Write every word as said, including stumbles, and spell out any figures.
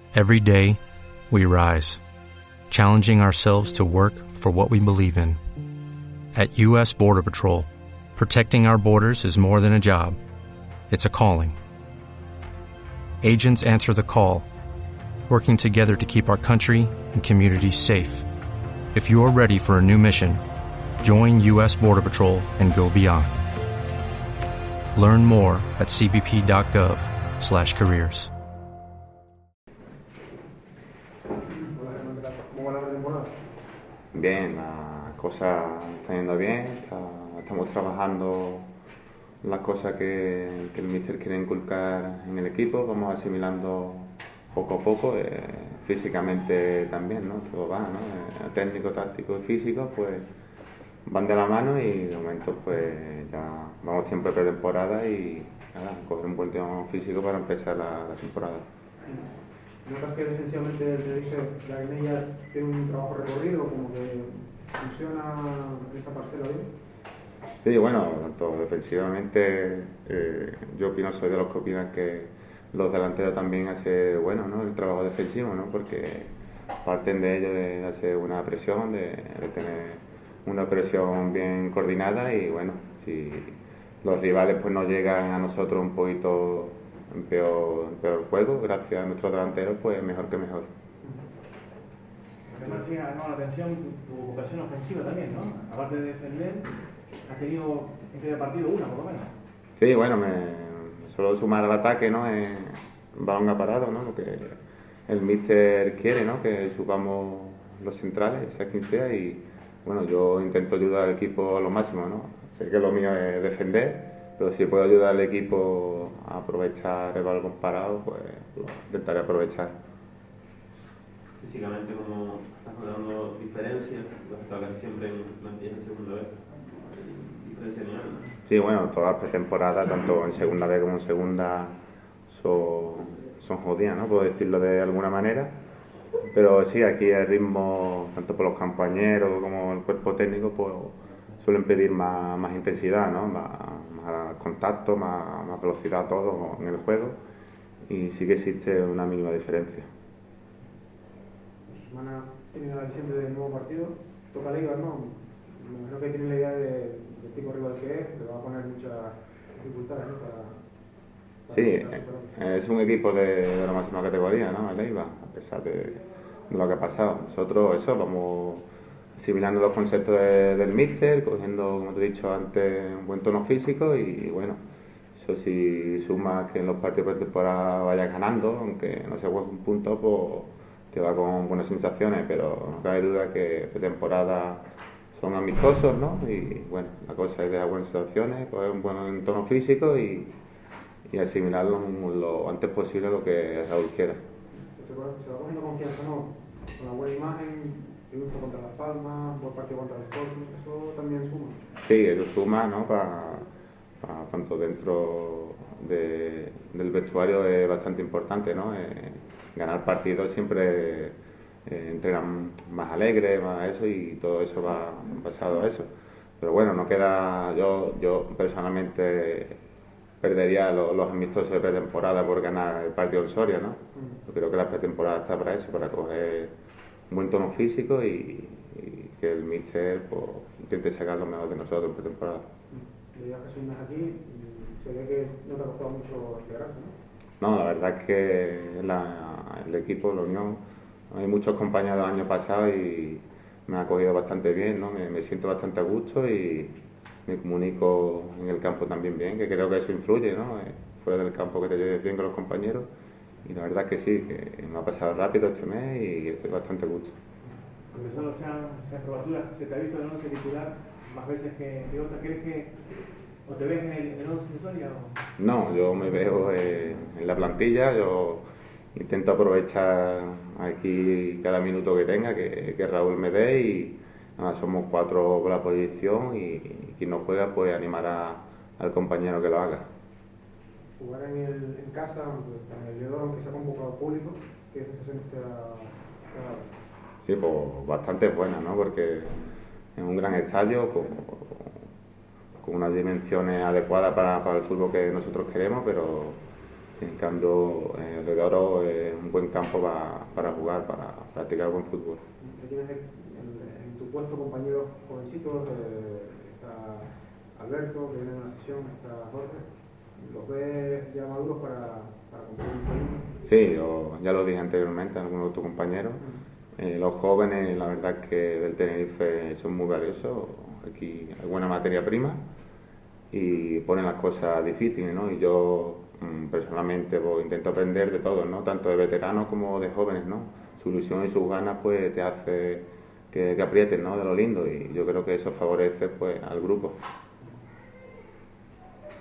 Every day, we rise, challenging ourselves to work for what we believe in. At U S Border Patrol, protecting our borders is more than a job. It's a calling. Agents answer the call, working together to keep our country and communities safe. If you're ready for a new mission, join U S Border Patrol and go beyond. Learn more at c b p dot gov slash careers. Bien, la cosa está yendo bien, está, estamos trabajando las cosas que, que el míster quiere inculcar en el equipo, vamos asimilando poco a poco, eh, físicamente también, ¿no? Todo va, ¿no? Eh, técnico, táctico y físico, pues van de la mano y de momento pues ya vamos tiempo de pretemporada y nada, coger un buen tiempo físico para empezar la, la temporada. ¿Notas que defensivamente te dije, la Guinea tiene un trabajo recorrido, como que funciona esta parcela bien? Sí, bueno, tanto defensivamente, eh, yo opino, soy de los que opinan que los delanteros también hacen, bueno, ¿no?, el trabajo defensivo, ¿no?, porque parten de ello de hacer una presión, de, de tener una presión bien coordinada y, bueno, si los rivales pues no llegan a nosotros un poquito en peor, en peor juego, gracias a nuestros delanteros, pues mejor que mejor. Además, sí, ha llamado la atención tu vocación ofensiva también, ¿no? Aparte de defender, has tenido en cada partido una, por lo menos. Sí, bueno, me, me suelo sumar al ataque, ¿no?, en balón a parado, ¿no?, lo que el míster quiere, ¿no?, que subamos los centrales, sea quien sea, y bueno, yo intento ayudar al equipo a lo máximo, ¿no? Sé que lo mío es defender, pero si puedo ayudar al equipo a aprovechar el balón parado, pues lo intentaré aprovechar. Físicamente, como estás notando diferencias, tú has estado casi siempre en plantilla en segunda vez, diferencia ni nada. Sí, bueno, todas las pretemporadas, tanto en segunda vez como en segunda, son, son jodidas, ¿no?, puedo decirlo de alguna manera. Pero sí, aquí el ritmo, tanto por los compañeros como el cuerpo técnico, pues suelen pedir más, más intensidad, ¿no?, más, más contacto, más, más velocidad, todo en el juego, y sí que existe una mínima diferencia. Esta semana tiene la visión del nuevo partido, toca Liga, ¿no? Me imagino que tiene la idea de, del tipo rival que es, le va a poner muchas dificultades, ¿no?, para, para sí, es un equipo de, de la máxima categoría, ¿no?, el Eibar, a pesar de, de lo que ha pasado. Nosotros eso, vamos asimilando los conceptos de, del míster, cogiendo, como te he dicho antes, un buen tono físico y bueno, eso si sumas que en los partidos de temporada vayas ganando, aunque no se juegue un punto, pues te va con buenas sensaciones, pero no cabe duda que de temporada son amistosos, ¿no? Y bueno, la cosa es de buenas sensaciones, coger un buen tono físico y, y asimilarlo lo antes posible a lo que Raúl quiera. Se va cogiendo confianza, ¿no?, con la buena imagen, triunfo contra Las Palmas, buen partido contra el Sporting, eso también suma. Sí, eso suma, ¿no?, para pa, tanto dentro de, del vestuario es bastante importante, ¿no? Eh, ganar partidos siempre eh, entrenan más alegres, más eso, y todo eso va basado a eso. Pero bueno, no queda, yo, yo personalmente perdería los, los amistosos de pretemporada por ganar el partido en Soria, ¿no? Yo creo que la pretemporada está para eso, para coger un buen tono físico y, y que el míster pues, intente sacar lo mejor de nosotros en pretemporada. Ya que soy más aquí, se ve que no te ha costado mucho integrarse, ¿no? No, la verdad es que la, el equipo, la unión, hay muchos compañeros del año pasado y me ha acogido bastante bien, ¿no? Me, me siento bastante a gusto y me comunico en el campo también bien, que creo que eso influye, ¿no? Eh, fuera del campo que te lleves bien con los compañeros, y la verdad es que sí, que me ha pasado rápido este mes y estoy bastante a gusto. Porque solo sean, sean probaturas, se te ha visto en el once titular más veces que, que otras, ¿crees que o te ves en el, en el once de Soria o...? No, yo me veo eh, en la plantilla, yo intento aprovechar aquí cada minuto que tenga, que, que Raúl me dé, y nada, somos cuatro por la posición y, y quien no juega pues animará al compañero que lo haga. Jugar en, el, en casa, en el Lledó, aunque sea con poco público, ¿qué sensaciones te da? Sí, pues bastante buena, ¿no? Porque es un gran estadio con, con unas dimensiones adecuadas para, para el fútbol que nosotros queremos, pero En cambio, eh, el de Oro es un buen campo para, para jugar, para practicar buen fútbol. Tienes en, en tu puesto compañeros jovencitos, eh, está Alberto, que viene de una sesión, está Jorge. ¿Los ves ya maduros para, para competir? Sí, yo ya lo dije anteriormente a algunos de tus compañeros. Eh, los jóvenes, la verdad es que del Tenerife son muy valiosos. Aquí hay buena materia prima y ponen las cosas difíciles, ¿no? Y yo mmm, personalmente pues, intento aprender de todos, ¿no? Tanto de veteranos como de jóvenes, ¿no? Su ilusión y sus ganas pues te hace que, que aprieten, ¿no? De lo lindo, y yo creo que eso favorece pues al grupo.